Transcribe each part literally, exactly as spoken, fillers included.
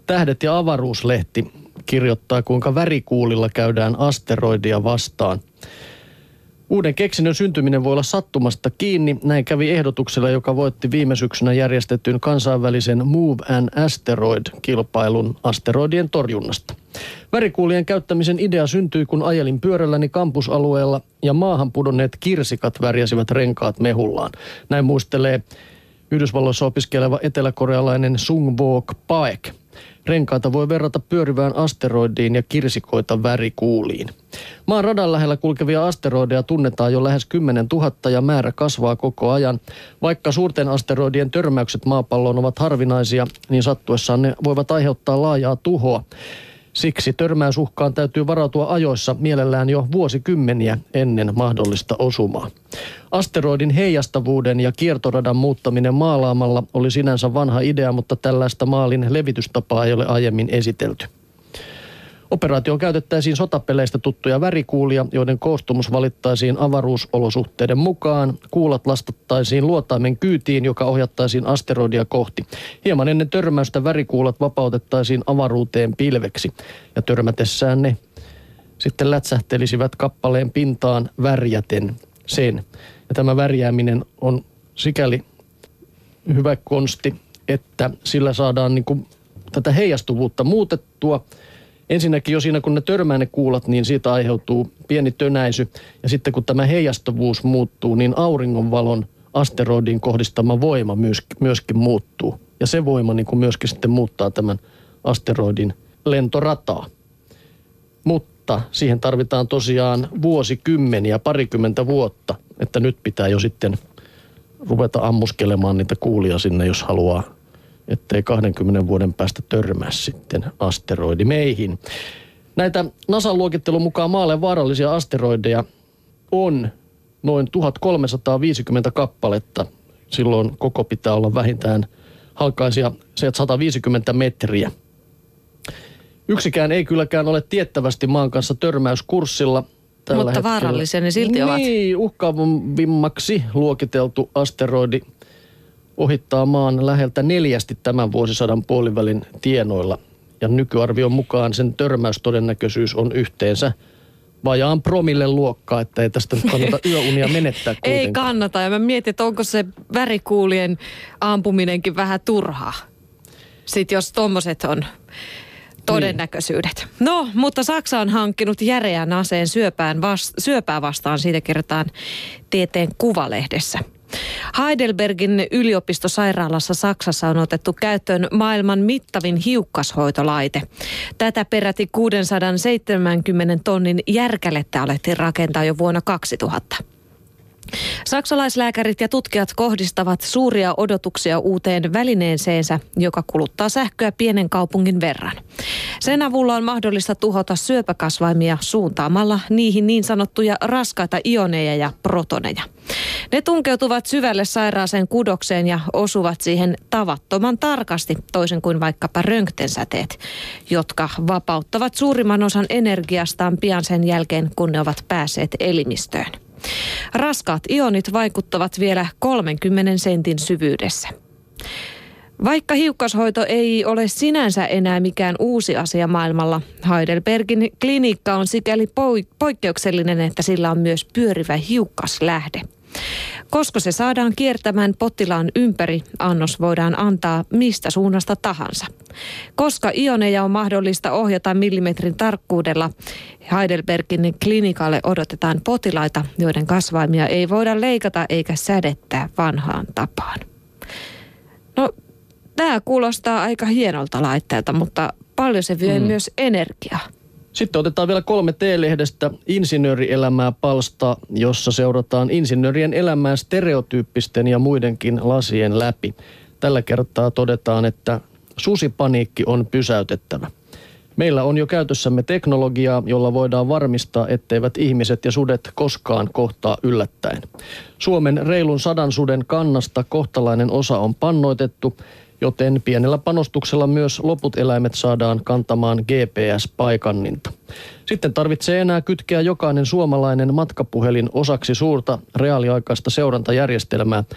Tähdet ja avaruuslehti kirjoittaa, kuinka värikuulilla käydään asteroidia vastaan. Uuden keksinnön syntyminen voi olla sattumasta kiinni. Näin kävi ehdotuksella, joka voitti viime syksynä järjestetyn kansainvälisen Move an Asteroid-kilpailun asteroidien torjunnasta. Värikuulien käyttämisen idea syntyi, kun ajelin pyörälläni kampusalueella ja maahan pudonneet kirsikat värjäsivät renkaat mehullaan. Näin muistelee Yhdysvalloissa opiskeleva eteläkorealainen Sung-wook Paek. Renkaita voi verrata pyörivään asteroidiin ja kirsikoita värikuuliin. Maan radan lähellä kulkevia asteroideja tunnetaan jo lähes kymmenen tuhatta ja määrä kasvaa koko ajan. Vaikka suurten asteroidien törmäykset maapalloon ovat harvinaisia, niin sattuessaan ne voivat aiheuttaa laajaa tuhoa. Siksi törmäysuhkaan täytyy varautua ajoissa, mielellään jo vuosikymmeniä ennen mahdollista osumaa. Asteroidin heijastavuuden ja kiertoradan muuttaminen maalaamalla oli sinänsä vanha idea, mutta tällaista maalin levitystapaa ei ole aiemmin esitelty. Operaatioon käytettäisiin sotapeleistä tuttuja värikuulia, joiden koostumus valittaisiin avaruusolosuhteiden mukaan. Kuulat lastattaisiin luotaimen kyytiin, joka ohjattaisiin asteroidia kohti. Hieman ennen törmäystä värikuulat vapautettaisiin avaruuteen pilveksi ja törmätessään ne sitten lätsähtelisivät kappaleen pintaan värjäten sen. Ja tämä värjääminen on sikäli hyvä konsti, että sillä saadaan niin kuin tätä heijastuvuutta muutettua. Ensinnäkin jo siinä, kun ne törmää ne kuulat, niin siitä aiheutuu pieni tönäisy. Ja sitten kun tämä heijastavuus muuttuu, niin auringonvalon asteroidiin kohdistama voima myöskin muuttuu. Ja se voima niin kuin myöskin sitten muuttaa tämän asteroidin lentorataa. Mutta siihen tarvitaan tosiaan vuosikymmeniä, parikymmentä vuotta, että nyt pitää jo sitten ruveta ammuskelemaan niitä kuulia sinne, jos haluaa, ettei kahdenkymmenen vuoden päästä törmää sitten asteroidi meihin. Näitä NASAn luokittelun mukaan maalle vaarallisia asteroideja on noin tuhatkolmesataaviisikymmentä kappaletta. Silloin koko pitää olla vähintään halkaisia sata viisikymmentä metriä. Yksikään ei kylläkään ole tiettävästi maan kanssa törmäyskurssilla. Tällä Mutta vaarallisia ne silti niin, ovat. Niin, uhkaavimmaksi luokiteltu asteroidi ohittaa maan läheltä neljästi tämän vuosisadan puolivälin tienoilla. Ja nykyarvion mukaan sen törmäystodennäköisyys on yhteensä vajaan promille luokkaa, että ei tästä kannata yöunia menettää kuitenkaan. Ei kannata, ja mä mietin, että onko se värikuulien ampuminenkin vähän turhaa. Sitten jos tommoset on todennäköisyydet. Niin. No, mutta Saksa on hankkinut järeän aseen syöpään vast- syöpää vastaan, siitä kerrotaan Tieteen Kuvalehdessä. Heidelbergin yliopistosairaalassa Saksassa on otettu käyttöön maailman mittavin hiukkashoitolaite. Tätä peräti kuusisataaseitsemänkymmentä tonnin järkälettä alettiin rakentaa jo vuonna kaksituhatta. Saksalaislääkärit ja tutkijat kohdistavat suuria odotuksia uuteen välineeseensä, joka kuluttaa sähköä pienen kaupungin verran. Sen avulla on mahdollista tuhota syöpäkasvaimia suuntaamalla niihin niin sanottuja raskaita ioneja ja protoneja. Ne tunkeutuvat syvälle sairaaseen kudokseen ja osuvat siihen tavattoman tarkasti, toisin kuin vaikkapa röntgensäteet, jotka vapauttavat suurimman osan energiastaan pian sen jälkeen, kun ne ovat päässeet elimistöön. Raskaat ionit vaikuttavat vielä kolmenkymmenen sentin syvyydessä. Vaikka hiukkashoito ei ole sinänsä enää mikään uusi asia maailmalla, Heidelbergin klinikka on sikäli poikkeuksellinen, että sillä on myös pyörivä hiukkaslähde. Koska se saadaan kiertämään potilaan ympäri, annos voidaan antaa mistä suunnasta tahansa. Koska ioneja on mahdollista ohjata millimetrin tarkkuudella, Heidelbergin klinikalle odotetaan potilaita, joiden kasvaimia ei voida leikata eikä sädettää vanhaan tapaan. No, tämä kuulostaa aika hienolta laitteelta, mutta paljon se vie mm. myös energiaa. Sitten otetaan vielä kolme T-lehdestä insinöörielämää palsta, jossa seurataan insinöörien elämää stereotyyppisten ja muidenkin lasien läpi. Tällä kertaa todetaan, että susipaniikki on pysäytettävä. Meillä on jo käytössämme teknologiaa, jolla voidaan varmistaa, etteivät ihmiset ja sudet koskaan kohtaa yllättäen. Suomen reilun sadan suden kannasta kohtalainen osa on pannoitettu, joten pienellä panostuksella myös loput eläimet saadaan kantamaan G P S-paikanninta. Sitten tarvitsee enää kytkeä jokainen suomalainen matkapuhelin osaksi suurta reaaliaikaista seurantajärjestelmää.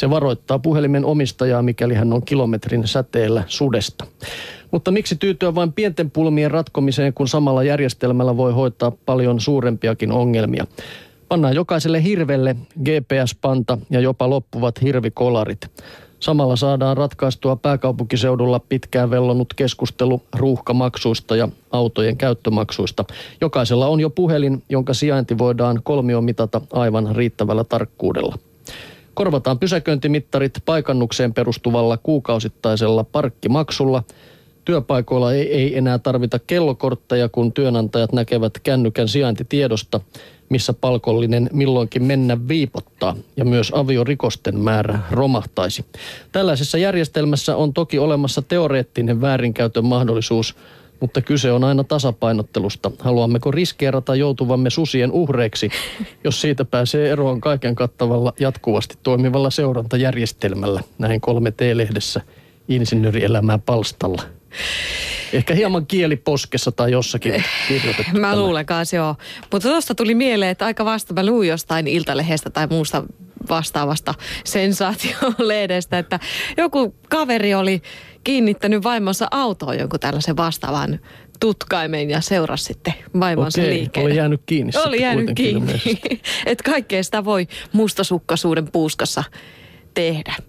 Se varoittaa puhelimen omistajaa, mikäli hän on kilometrin säteellä sudesta. Mutta miksi tyytyä vain pienten pulmien ratkomiseen, kun samalla järjestelmällä voi hoitaa paljon suurempiakin ongelmia? Pannaan jokaiselle hirvelle G P S-panta ja jopa loppuvat hirvikolarit. Samalla saadaan ratkaistua pääkaupunkiseudulla pitkään vellonut keskustelu ruuhkamaksuista ja autojen käyttömaksuista. Jokaisella on jo puhelin, jonka sijainti voidaan kolmiomitata aivan riittävällä tarkkuudella. Korvataan pysäköintimittarit paikannukseen perustuvalla kuukausittaisella parkkimaksulla. Työpaikoilla ei, ei enää tarvita kellokortteja, kun työnantajat näkevät kännykän sijaintitiedosta, missä palkollinen milloinkin mennä viipottaa, ja myös aviorikosten määrä romahtaisi. Tällaisessa järjestelmässä on toki olemassa teoreettinen väärinkäytön mahdollisuus, mutta kyse on aina tasapainottelusta. Haluammeko riskeerata joutuvamme susien uhreiksi, jos siitä pääsee eroon kaiken kattavalla jatkuvasti toimivalla seurantajärjestelmällä, näin kolme T-lehdessä insinöörielämää palstalla. Ehkä hieman kieli poskessa tai jossakin kirjoitettu. Mä luulen kanssa, joo. Mutta tuosta tuli mieleen, että aika vasta mä luin jostain Iltalehdestä tai muusta vastaavasta sensaatiolehdestä, että joku kaveri oli kiinnittänyt vaimonsa autoon jonkun tällaisen vastaavan tutkaimen ja seurasi sitten vaimonsa liikkeelle. Oli jäänyt kiinni. Oli jäänyt kiinni. Että kaikkea sitä voi mustasukkaisuuden puuskassa tehdä.